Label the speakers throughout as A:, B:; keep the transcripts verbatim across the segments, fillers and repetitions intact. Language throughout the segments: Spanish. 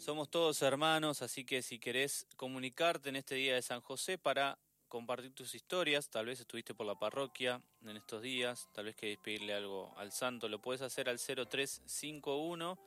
A: Somos todos hermanos, así que si querés comunicarte en este día de San José para compartir tus historias, tal vez estuviste por la parroquia en estos días, tal vez querés pedirle algo al santo, lo podés hacer al cero tres cinco uno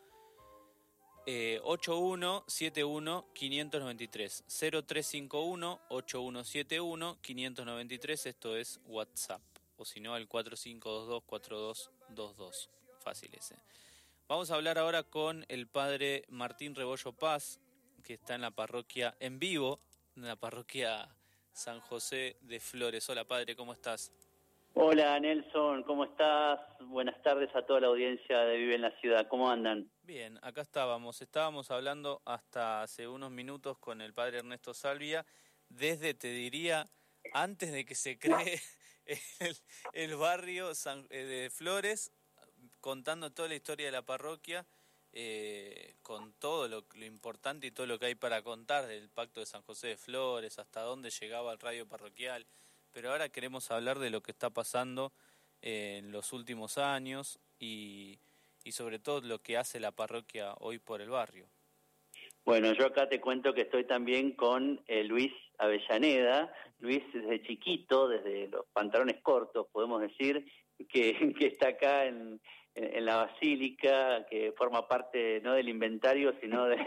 A: ocho uno siete uno cinco nueve tres, cero tres cinco uno ocho uno siete uno cinco nueve tres, esto es WhatsApp, o si no al cuatro cinco dos dos cuatro dos dos dos, fácil ese. Vamos a hablar ahora con el padre Martín Rebollo Paz, que está en la parroquia, en vivo, en la parroquia San José de Flores. Hola padre, ¿cómo estás?
B: Hola Nelson, ¿cómo estás? Buenas tardes a toda la audiencia de Vive en la Ciudad, ¿cómo andan?
A: Bien, acá estábamos, estábamos hablando hasta hace unos minutos con el padre Ernesto Salvia, desde, te diría, antes de que se cree el, el barrio San, eh, de Flores, contando toda la historia de la parroquia, eh, con todo lo, lo importante y todo lo que hay para contar del pacto de San José de Flores, hasta dónde llegaba el radio parroquial, pero ahora queremos hablar de lo que está pasando eh, en los últimos años y, y sobre todo lo que hace la parroquia hoy por el barrio.
B: Bueno, yo acá te cuento que estoy también con eh, Luis Avellaneda. Luis desde chiquito, desde los pantalones cortos, podemos decir, que, que está acá en, en, en la Basílica, que forma parte no del inventario, sino de,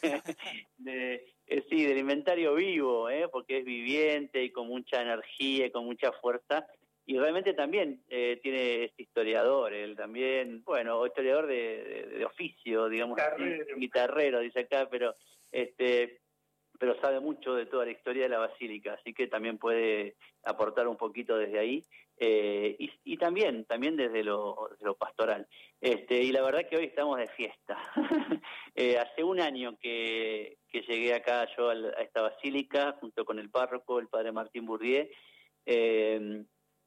B: de eh, sí, del inventario vivo, ¿eh? Porque es viviente y con mucha energía y con mucha fuerza. Y realmente también eh, tiene este historiador, él también, bueno, historiador de, de, de oficio, digamos, guitarrero. Así, guitarrero, dice acá, pero este pero sabe mucho de toda la historia de la Basílica, así que también puede aportar un poquito desde ahí, eh, y, y también también desde lo, desde lo pastoral. Este y la verdad que hoy estamos de fiesta. eh, hace un año que, que llegué acá yo a, a esta Basílica, junto con el párroco, el padre Martín Bourdieu, eh,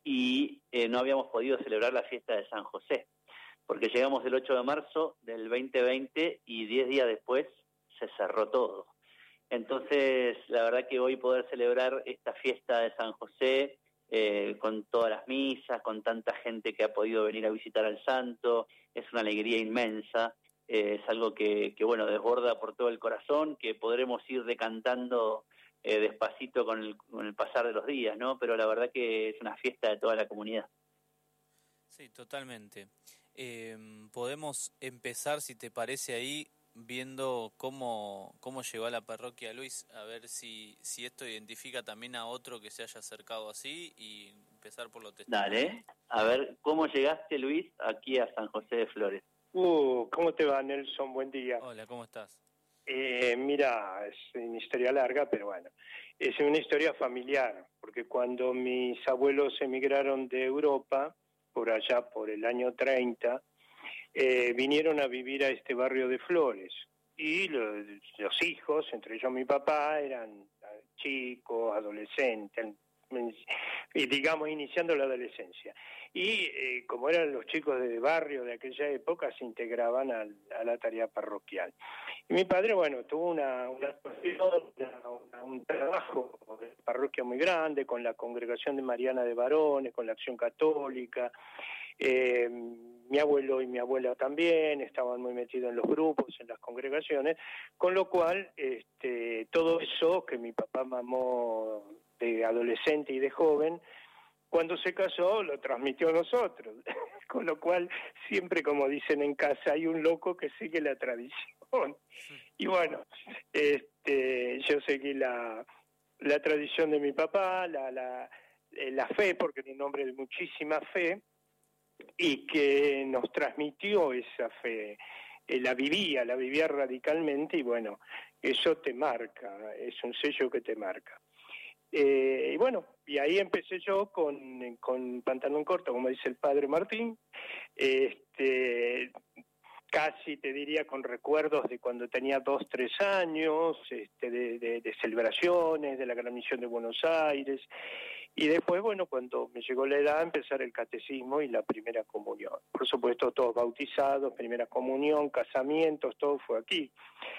B: y eh, no habíamos podido celebrar la fiesta de San José, porque llegamos el ocho de marzo del veinte veinte y diez días después se cerró todo. Entonces, la verdad que hoy poder celebrar esta fiesta de San José, eh, con todas las misas, con tanta gente que ha podido venir a visitar al santo, es una alegría inmensa, eh, es algo que, que, bueno, desborda por todo el corazón, que podremos ir decantando eh, despacito con el, con el pasar de los días, ¿no? Pero la verdad que es una fiesta de toda la comunidad.
A: Sí, totalmente. Eh, podemos empezar, si te parece, ahí viendo cómo cómo llegó a la parroquia Luis, a ver si si esto identifica también a otro que se haya acercado así, y empezar por lo testimonial.
B: Dale, a ver, ¿cómo llegaste, Luis, aquí a San José de Flores?
C: Uh, ¿cómo te va, Nelson? Buen día.
A: Hola, ¿cómo estás?
C: Eh, mira, es una historia larga, pero bueno, es una historia familiar, porque cuando mis abuelos emigraron de Europa, por allá por el año treinta, eh, vinieron a vivir a este barrio de Flores, y los, los hijos, entre ellos mi papá, eran chicos, adolescentes, y digamos iniciando la adolescencia, y eh, como eran los chicos de barrio de aquella época, se integraban al, a la tarea parroquial. Y mi padre, bueno, tuvo una, una, una un trabajo de parroquia muy grande, con la Congregación de Mariana de Varones, con la Acción Católica. eh, mi abuelo y mi abuela también estaban muy metidos en los grupos, en las congregaciones, con lo cual este, todo eso que mi papá mamó de adolescente y de joven, cuando se casó lo transmitió a nosotros, con lo cual siempre, como dicen en casa, hay un loco que sigue la tradición. Y bueno, este, yo seguí la, la tradición de mi papá, la, la, la fe, porque era un hombre de muchísima fe, y que nos transmitió esa fe, eh, la vivía, la vivía radicalmente, y bueno, eso te marca, es un sello que te marca. Eh, y bueno, y ahí empecé yo con, con pantalón corto, como dice el padre Martín, este, casi te diría con recuerdos de cuando tenía dos, tres años, este, de, de, de celebraciones, de la Gran Misión de Buenos Aires, y después, bueno, cuando me llegó la edad, empezar el catecismo y la primera comunión. Por supuesto, todos bautizados, primera comunión, casamientos, todo fue aquí.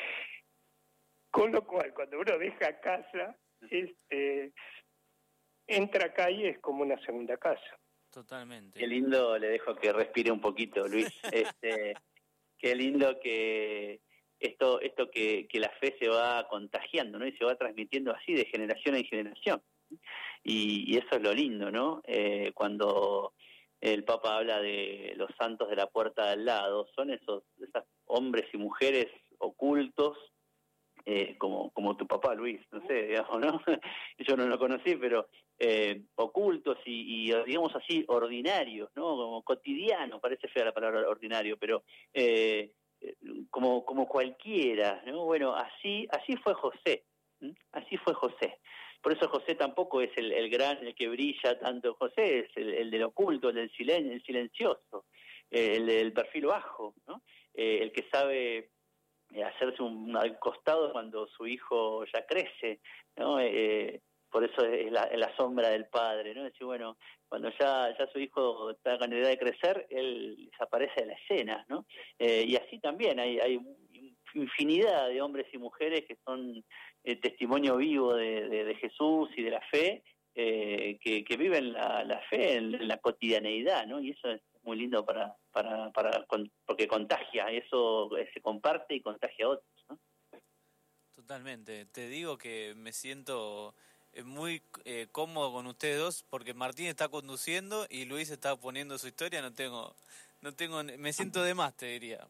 C: Con lo cual, cuando uno deja casa, este, entra acá y es como una segunda casa.
A: Totalmente.
B: Qué lindo, le dejo que respire un poquito, Luis. Este, qué lindo que, esto esto que, que la fe se va contagiando, ¿no? Y se va transmitiendo así de generación en generación. Y, y eso es lo lindo, ¿no? Eh, cuando el Papa habla de los santos de la puerta de al lado, son esos, esos hombres y mujeres ocultos, eh, como como tu papá Luis, no sé, digamos, ¿no? Yo no lo conocí, pero eh, ocultos y, y, digamos así, ordinarios, ¿no? Como cotidianos, parece fea la palabra ordinario, pero eh, como como cualquiera, ¿no? Bueno, así así fue José, ¿sí? Así fue José. Por eso José tampoco es el, el gran, el que brilla tanto. José es el, el del oculto, el del silen, el silencioso, el del perfil bajo, ¿no? Eh, el que sabe hacerse un al costado cuando su hijo ya crece, ¿no? Eh, por eso es la, es la sombra del padre, ¿no? Decir, bueno, cuando ya ya su hijo está con la edad de crecer, él desaparece de la escena, ¿no? Eh, y así también hay hay infinidad de hombres y mujeres que son eh, testimonio vivo de, de, de Jesús y de la fe, eh, que, que viven la, la fe en, en la cotidianeidad, ¿no? Y eso es muy lindo para para para porque contagia, eso se comparte y contagia a otros, ¿no?
A: Totalmente. Te digo que me siento muy eh, cómodo con ustedes dos porque Martín está conduciendo y Luis está poniendo su historia. No tengo, no tengo, me siento de más, te diría.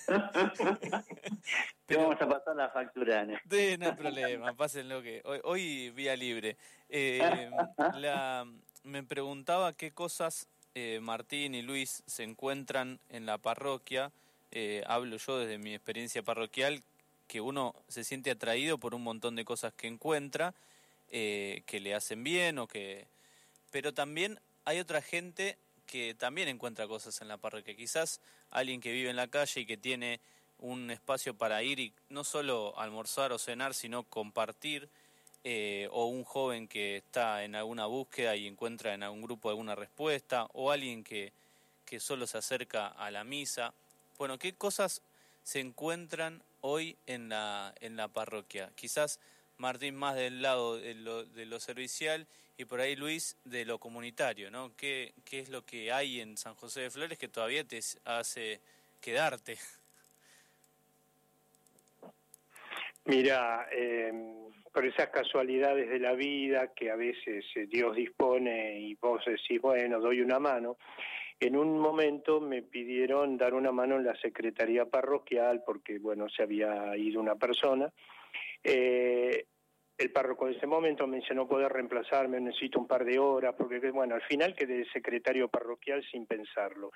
B: Pero vamos a pasar la factura, ¿no?
A: Sí, no hay problema, pásenlo que hoy, hoy vía libre. Eh, la, me preguntaba qué cosas eh, Martín y Luis se encuentran en la parroquia. Eh, hablo yo desde mi experiencia parroquial, que uno se siente atraído por un montón de cosas que encuentra, eh, que le hacen bien, o que, pero también hay otra gente que también encuentra cosas en la parroquia. Quizás alguien que vive en la calle y que tiene un espacio para ir y no solo almorzar o cenar, sino compartir, eh, o un joven que está en alguna búsqueda y encuentra en algún grupo alguna respuesta, o alguien que, que solo se acerca a la misa. Bueno, ¿qué cosas se encuentran hoy en la en la parroquia? Quizás Martín más del lado de lo, de lo servicial y por ahí Luis de lo comunitario, ¿no? ¿Qué, qué es lo que hay en San José de Flores que todavía te hace quedarte?
C: Mira, eh, por esas casualidades de la vida que a veces eh, Dios dispone y vos decís, bueno, doy una mano. En un momento me pidieron dar una mano en la secretaría parroquial porque, bueno, se había ido una persona. Eh, el párroco en ese momento me dice, no puedo reemplazarme, necesito un par de horas, porque, bueno, al final quedé secretario parroquial sin pensarlo.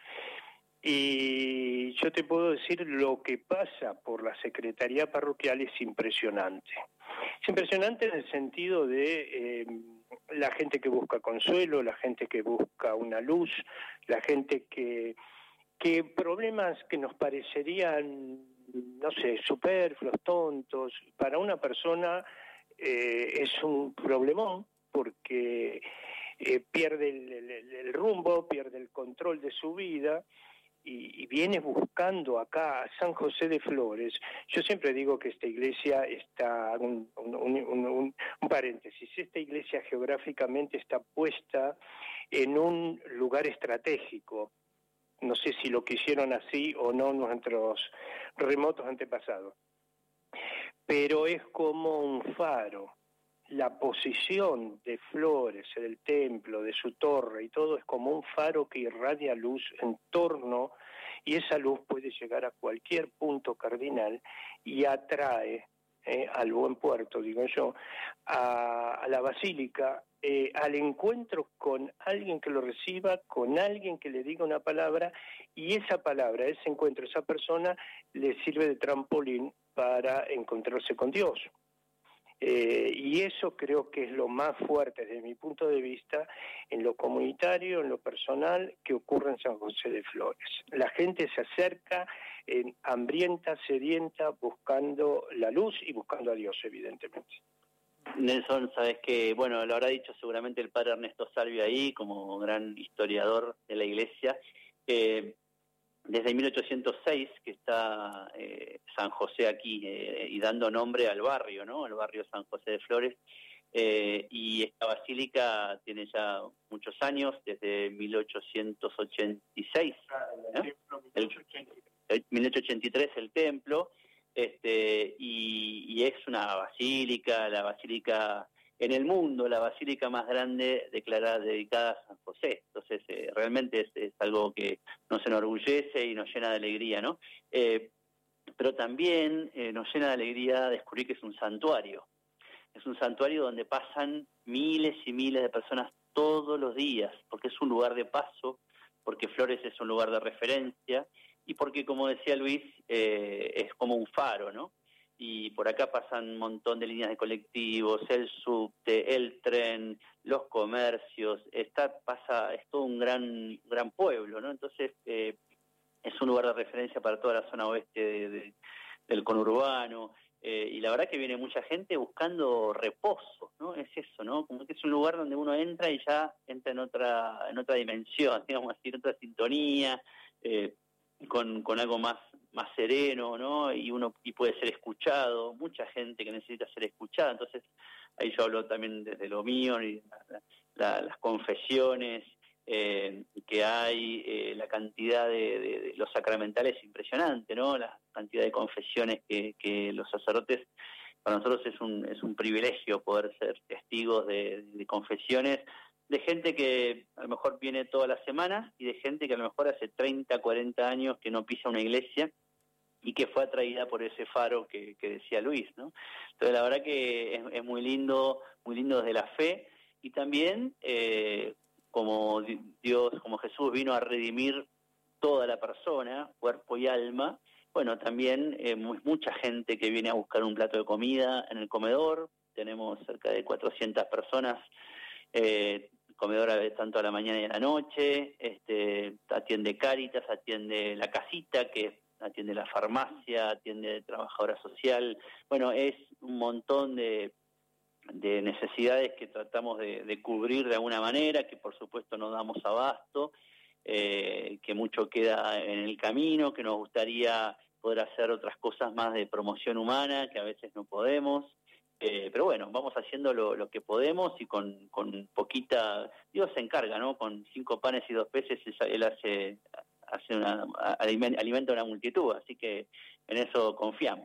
C: Y yo te puedo decir, lo que pasa por la secretaría parroquial es impresionante. Es impresionante en el sentido de eh, la gente que busca consuelo, la gente que busca una luz, la gente que, que problemas que nos parecerían, no sé, superfluos, tontos, para una persona eh, es un problemón porque eh, pierde el, el, el rumbo, pierde el control de su vida. Y, y viene buscando acá a San José de Flores. Yo siempre digo que esta iglesia está, un, un, un, un, un paréntesis, esta iglesia geográficamente está puesta en un lugar estratégico. No sé si lo quisieron así o no nuestros remotos antepasados, pero es como un faro. La posición de Flores, del templo, de su torre y todo es como un faro que irradia luz en torno y esa luz puede llegar a cualquier punto cardinal y atrae eh, al buen puerto, digo yo, a, a la basílica, eh, al encuentro con alguien que lo reciba, con alguien que le diga una palabra y esa palabra, ese encuentro, esa persona le sirve de trampolín para encontrarse con Dios. Eh, y eso creo que es lo más fuerte desde mi punto de vista en lo comunitario, en lo personal, que ocurre en San José de Flores. La gente se acerca eh, hambrienta, sedienta, buscando la luz y buscando a Dios, evidentemente.
B: Nelson, sabes que, bueno, lo habrá dicho seguramente el padre Ernesto Salvio ahí, como gran historiador de la iglesia, eh, desde mil ochocientos seis que está eh, San José aquí eh, y dando nombre al barrio, ¿no? El barrio San José de Flores. Eh, y esta basílica tiene ya muchos años, desde mil ochocientos ochenta y seis, ¿eh? el, el mil ochocientos ochenta y tres el templo, este, y, y es una basílica, la basílica en el mundo, la basílica más grande declarada dedicada a San José. Entonces, eh, realmente es, es algo que nos enorgullece y nos llena de alegría, ¿no? Eh, pero también eh, nos llena de alegría descubrir que es un santuario. Es un santuario donde pasan miles y miles de personas todos los días, porque es un lugar de paso, porque Flores es un lugar de referencia, y porque, como decía Luis, eh, es como un faro, ¿no? Y por acá pasan un montón de líneas de colectivos, el subte, el tren, los comercios, está, pasa, es todo un gran, gran pueblo, ¿no? Entonces, eh, es un lugar de referencia para toda la zona oeste de, de, del conurbano, eh, y la verdad que viene mucha gente buscando reposo, ¿no? Es eso, ¿no? Como que es un lugar donde uno entra y ya entra en otra, en otra dimensión, digamos así, en otra sintonía, eh, con, con algo más, más sereno, ¿no? Y uno y puede ser escuchado, mucha gente que necesita ser escuchada, entonces ahí yo hablo también desde lo mío, y la, la, las confesiones eh, que hay, eh, la cantidad de, de, de los sacramentales es impresionante, ¿no? La cantidad de confesiones que, que los sacerdotes, para nosotros es un, es un privilegio poder ser testigos de, de confesiones, de gente que a lo mejor viene todas las semanas y de gente que a lo mejor hace treinta, cuarenta años que no pisa una iglesia y que fue atraída por ese faro que, que decía Luis, ¿no? Entonces la verdad que es, es muy lindo, muy lindo desde la fe, y también eh, como Dios, como Jesús vino a redimir toda la persona, cuerpo y alma, bueno, también eh, mucha gente que viene a buscar un plato de comida en el comedor, tenemos cerca de cuatrocientas personas, eh, comedor tanto a la mañana y a la noche, este, atiende Cáritas, atiende La Casita, que atiende la farmacia, atiende trabajadora social, bueno, es un montón de, de necesidades que tratamos de, de cubrir de alguna manera, que por supuesto no damos abasto, eh, que mucho queda en el camino, que nos gustaría poder hacer otras cosas más de promoción humana, que a veces no podemos. Eh, pero bueno, vamos haciendo lo, lo que podemos y con, con poquita... Dios se encarga, ¿no? Con cinco panes y dos peces él hace, hace una, alimenta una multitud, así que en eso confiamos.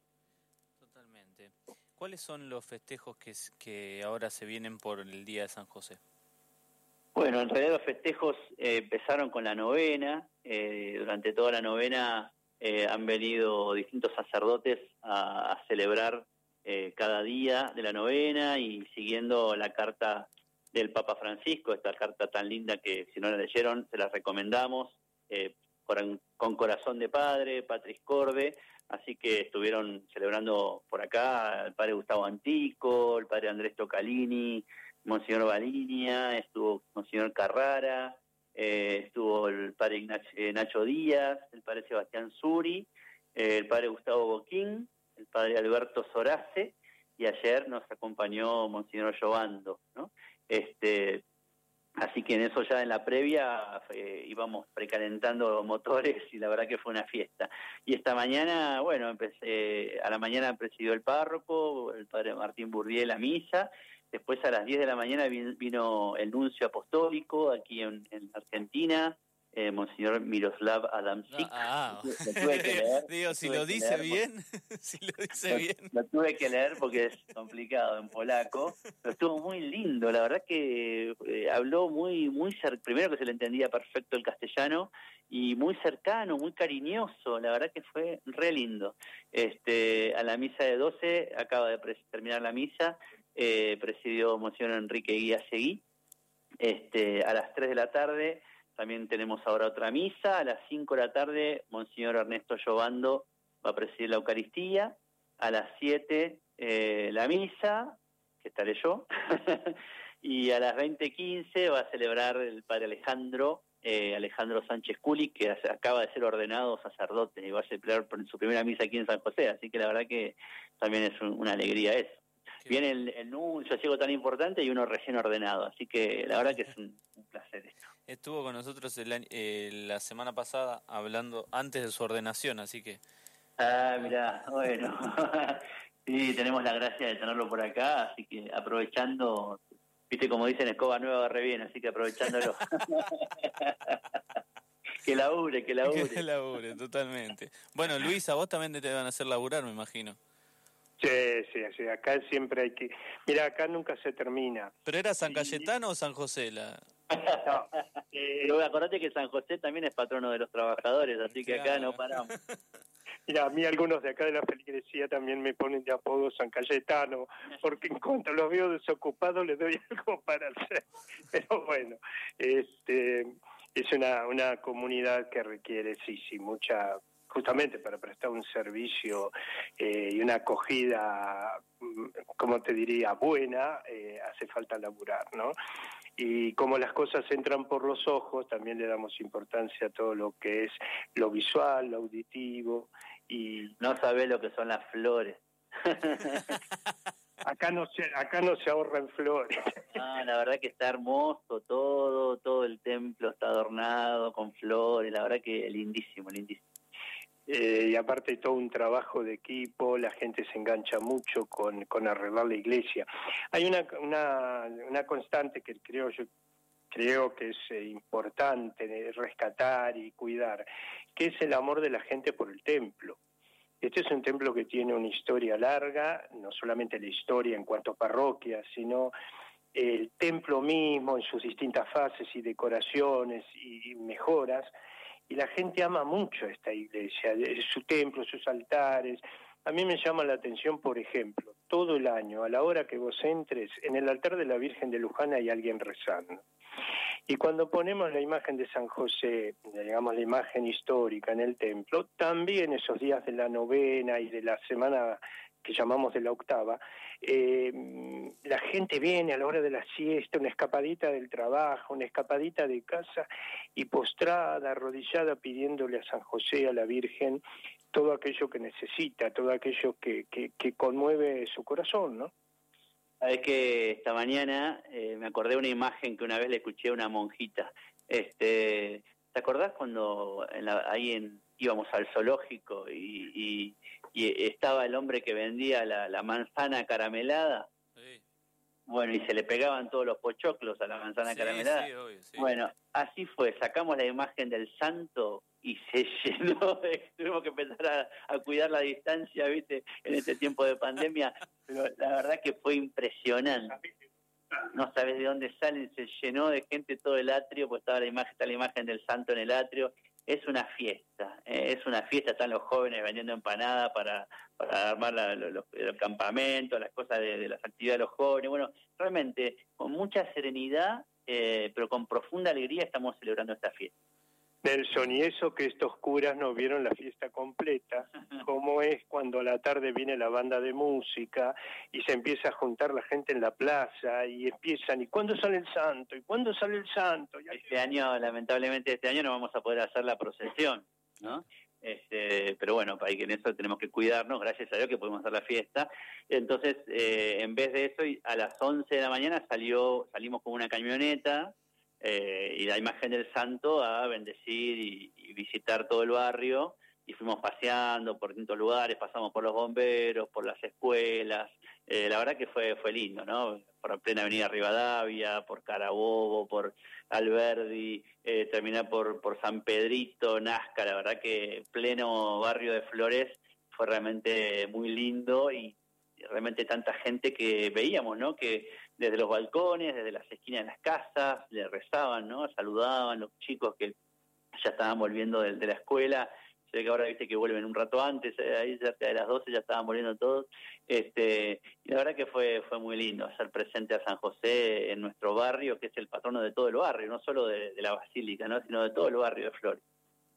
A: Totalmente. ¿Cuáles son los festejos que, que ahora se vienen por el Día de San José?
B: Bueno, en realidad los festejos eh, empezaron con la novena. Eh, durante toda la novena eh, han venido distintos sacerdotes a, a celebrar Eh, cada día de la novena y siguiendo la carta del Papa Francisco, esta carta tan linda que si no la leyeron se la recomendamos, eh, con, con corazón de padre, Patris Corde, así que estuvieron celebrando por acá el padre Gustavo Antico, el padre Andrés Tocalini, Monseñor Balinia, estuvo Monseñor Carrara, eh, estuvo el padre Ignacio, eh, Nacho Díaz, el padre Sebastián Suri, eh, el padre Gustavo Boquín, el padre Alberto Sorace, y ayer nos acompañó Monseñor Giovando, ¿no? Este, así que en eso ya en la previa eh, íbamos precalentando motores y la verdad que fue una fiesta. Y esta mañana, bueno, empecé, a la mañana presidió el párroco, el padre Martín Burdiel la misa, después a las diez de la mañana vino el nuncio apostólico aquí en, en Argentina, Eh, Monseñor Miroslav Adamczyk.
A: Ah, ah.
B: Lo tuve que leer.
A: Digo, si lo dice bien, si lo dice
B: lo,
A: bien.
B: Lo tuve que leer porque es complicado en polaco, pero estuvo muy lindo, la verdad que eh, habló muy, muy cer- primero que se le entendía perfecto el castellano, y muy cercano, muy cariñoso, la verdad que fue re lindo. Este, a la misa de doce, acaba de pres- terminar la misa, eh, presidió Monseñor Enrique Guía Seguí. Este, a las tres de la tarde también tenemos ahora otra misa, a las cinco de la tarde Monseñor Ernesto Giovando va a presidir la Eucaristía, a las siete eh, la misa, que estaré yo, y a las veinte quince va a celebrar el padre Alejandro, eh, Alejandro Sánchez Culi, que acaba de ser ordenado sacerdote y va a celebrar su primera misa aquí en San José, así que la verdad que también es un, una alegría eso. Viene el, el nuncio, algo tan importante, y uno recién ordenado, así que la verdad que es un, un placer esto.
A: Estuvo con nosotros el, eh, la semana pasada hablando antes de su ordenación, así que...
B: Ah, mirá, bueno, sí, tenemos la gracia de tenerlo por acá, así que aprovechando, viste como dicen, escoba nueva re bien, así que aprovechándolo. Que labure, que labure.
A: Que labure, totalmente. Bueno, Luis, a vos también te van a hacer laburar, me imagino.
C: Sí, sí, sí, acá siempre hay que... Mira, acá nunca se termina.
A: ¿Pero era San Cayetano y... o San José? La...
B: No, eh... Pero acordate que San José también es patrono de los trabajadores, así que claro. Acá no paramos.
C: Mira, a mí algunos de acá de la feligresía también me ponen de apodo San Cayetano, porque en cuanto los veo desocupados les doy algo para hacer. Pero bueno, este es una, una comunidad que requiere, sí, sí, mucha... justamente para prestar un servicio eh, y una acogida, como te diría, buena, eh, hace falta laburar, ¿no? Y como las cosas entran por los ojos, también le damos importancia a todo lo que es lo visual, lo auditivo, y...
B: No sabés lo que son las flores.
C: Acá no se, acá no se ahorran flores.
B: Ah, la verdad que está hermoso todo, todo el templo está adornado con flores, la verdad que lindísimo, lindísimo.
C: Eh, y aparte hay todo un trabajo de equipo, la gente se engancha mucho con, con arreglar la iglesia. Hay una, una, una constante que creo yo creo que es eh, importante de rescatar y cuidar, que es el amor de la gente por el templo. Este es un templo que tiene una historia larga, no solamente la historia en cuanto a parroquias, sino el templo mismo en sus distintas fases y decoraciones y mejoras. Y la gente ama mucho esta iglesia, su templo, sus altares. A mí me llama la atención, por ejemplo, todo el año, a la hora que vos entres, en el altar de la Virgen de Luján hay alguien rezando. Y cuando ponemos la imagen de San José, digamos la imagen histórica en el templo, también esos días de la novena y de la semana que llamamos de la octava, eh, la gente viene a la hora de la siesta, una escapadita del trabajo, una escapadita de casa, y postrada, arrodillada, pidiéndole a San José, a la Virgen, todo aquello que necesita, todo aquello que, que, que conmueve su corazón, ¿no?
B: Sabés que esta mañana eh, me acordé de una imagen que una vez le escuché a una monjita. Este, ¿te acordás cuando en la, ahí en, íbamos al zoológico y, y, y estaba el hombre que vendía la, la manzana caramelada? Sí. Bueno, y se le pegaban todos los pochoclos a la manzana sí, caramelada. Sí, obvio, sí. Bueno, así fue, sacamos la imagen del santo y se llenó, de, tuvimos que empezar a, a cuidar la distancia, ¿viste? En este tiempo de pandemia, pero la verdad que fue impresionante. No sabes de dónde salen, se llenó de gente todo el atrio, pues estaba la imagen, está la imagen del santo en el atrio. Es una fiesta, eh, es una fiesta, están los jóvenes vendiendo empanadas para, para armar la, lo, lo, el campamento, las cosas de, de las actividades de los jóvenes. Bueno, realmente con mucha serenidad, eh, pero con profunda alegría estamos celebrando esta fiesta.
C: Nelson, y eso que estos curas no vieron la fiesta completa, como es cuando a la tarde viene la banda de música y se empieza a juntar la gente en la plaza y empiezan, ¿y cuándo sale el santo? ¿Y cuándo sale el santo? Y
B: este año, lamentablemente este año no vamos a poder hacer la procesión, ¿no? Este, pero bueno, para que en eso tenemos que cuidarnos, gracias a Dios que podemos hacer la fiesta. Entonces, eh, en vez de eso, a las once de la mañana salió, salimos con una camioneta, Eh, y la imagen del santo a bendecir y, y visitar todo el barrio, y fuimos paseando por distintos lugares, pasamos por los bomberos, por las escuelas, eh, la verdad que fue fue lindo, ¿no? Por plena avenida Rivadavia, por Carabobo, por Alberdi, eh, terminar por, por San Pedrito, Nazca, la verdad que pleno barrio de Flores, fue realmente muy lindo y realmente tanta gente que veíamos, ¿no? Que desde los balcones, desde las esquinas de las casas, le rezaban, ¿no? Saludaban los chicos que ya estaban volviendo de, de la escuela. Se ve que ahora, viste, que vuelven un rato antes, eh, ahí cerca de las doce ya estaban volviendo todos. Este, y la verdad que fue fue muy lindo hacer presente a San José en nuestro barrio, que es el patrono de todo el barrio, no solo de, de la Basílica, ¿no? Sino de todo el barrio de Flores.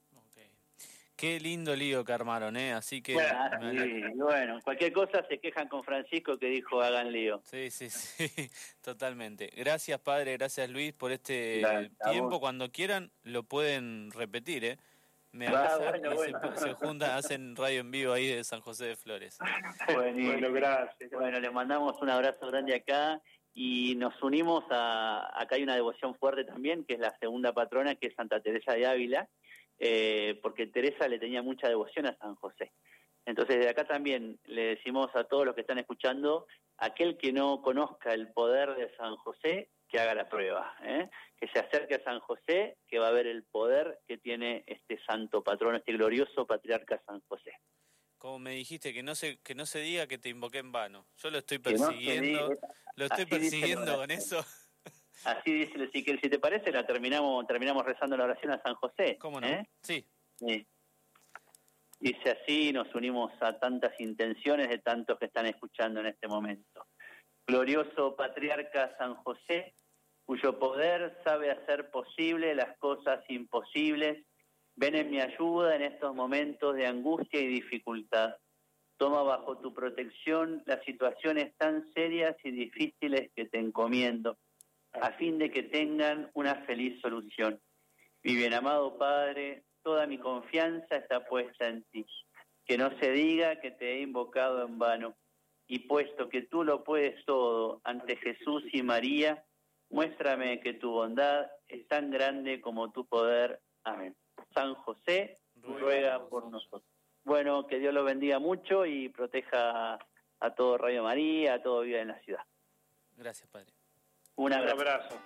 A: Qué lindo lío que armaron, ¿eh? Así que...
B: Bueno, sí, bueno, cualquier cosa se quejan con Francisco que dijo hagan lío.
A: Sí, sí, sí, totalmente. Gracias, padre, gracias, Luis, por este
B: Gracias,
A: tiempo. Cuando quieran lo pueden repetir, ¿eh? Me
B: ah,
A: avisan
B: bueno,
A: y
B: bueno.
A: Se, se juntan, hacen radio en vivo ahí de San José de Flores.
C: Bueno, gracias.
B: Bueno, les mandamos un abrazo grande acá y nos unimos a... Acá hay una devoción fuerte también, que es la segunda patrona, que es Santa Teresa de Ávila, Eh, porque Teresa le tenía mucha devoción a San José. Entonces, de acá también le decimos a todos los que están escuchando, aquel que no conozca el poder de San José, que haga la prueba, ¿eh? Que se acerque a San José, que va a ver el poder que tiene este santo patrón, este glorioso patriarca San José.
A: Como me dijiste, que no se que no se diga que te invoqué en vano. Yo lo estoy persiguiendo, no diga, lo estoy persiguiendo con eso.
B: Así dice, si, si te parece, la terminamos terminamos rezando la oración a San José.
A: ¿Cómo no?
B: ¿Eh?
A: Sí.
B: Sí. Dice así, nos unimos a tantas intenciones de tantos que están escuchando en este momento. Glorioso patriarca San José, cuyo poder sabe hacer posible las cosas imposibles, ven en mi ayuda en estos momentos de angustia y dificultad. Toma bajo tu protección las situaciones tan serias y difíciles que te encomiendo, a fin de que tengan una feliz solución. Mi bien amado Padre, toda mi confianza está puesta en ti. Que no se diga que te he invocado en vano. Y puesto que tú lo puedes todo ante Jesús y María, muéstrame que tu bondad es tan grande como tu poder. Amén. San José, ruega, ruega por nosotros. Bueno, que Dios los bendiga mucho y proteja a, a todo Radio María, a todo Vida en la Ciudad.
A: Gracias, Padre.
B: Un abrazo.
C: Un abrazo.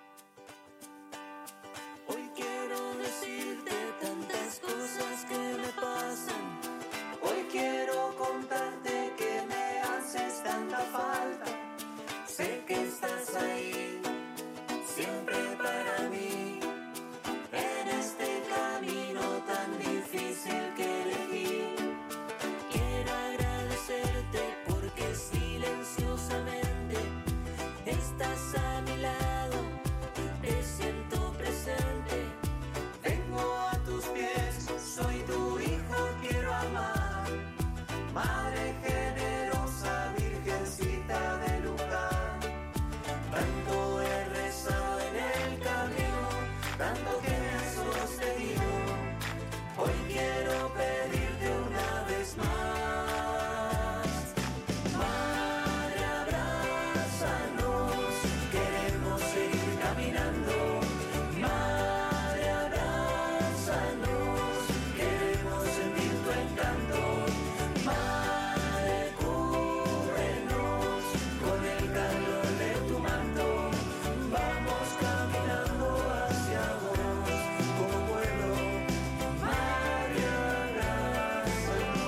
D: Hoy quiero decirte tantas cosas que me pasan. Hoy quiero contarte que me haces tanta falta. Sé que estás ahí, siempre para mí, en este camino tan difícil que elegí. Quiero agradecerte porque silenciosamente estás a mi lado, te siento presente. Vengo a tus pies, soy tu hijo, quiero amar. Madre generosa, virgencita de Luján. Tanto he rezado en el camino, tanto que me has sostenido. Hoy quiero pedirte una vez más. Madre, abrázanos, queremos seguir caminando. Madre, abrázanos, queremos sentir tu encanto. Madre, cúbrenos con el calor de tu manto. Vamos caminando hacia vos como pueblo. Madre, abrázanos.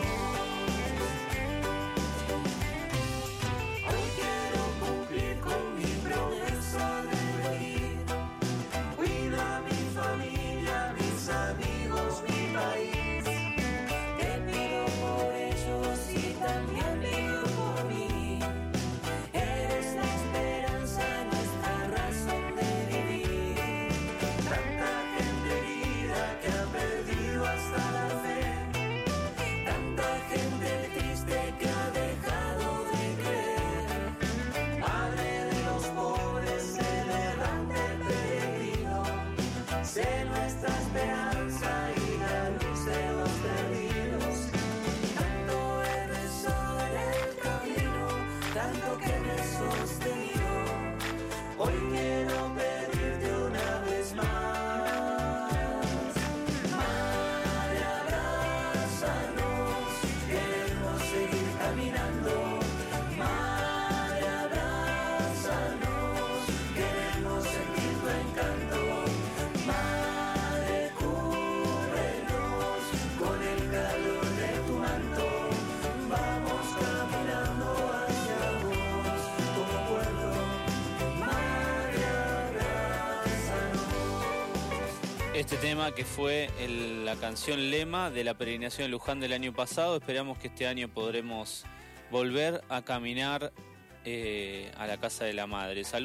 D: Hoy quiero cumplir con mi promesa de elegir. Cuida a mi familia, mis amigos, mi país. Te pido por ellos y también pido por mí. Eres la esperanza, nuestra razón de vivir. Tanta gente herida que ha perdido hasta la fe. Tanta gente triste que ha dejado de creer. Madre de los pobres, el errante peregrino. Sé nuestra esperanza y la luz de los perdidos. Tanto he rezado en el camino, tanto que me he sostenido. Hoy quiero pedirte una vez más. Madre, abrázanos, queremos seguir caminando. Madre, abrázanos, queremos sentir tu encanto. Madre, cúbrenos con el calor de tu manto. Vamos caminando hacia vos como pueblo. Madre, abrázanos.
A: Este tema que fue el- la canción lema de la peregrinación de Luján del año pasado, esperamos que este año podremos volver a caminar eh, a la Casa de la Madre. Saludos.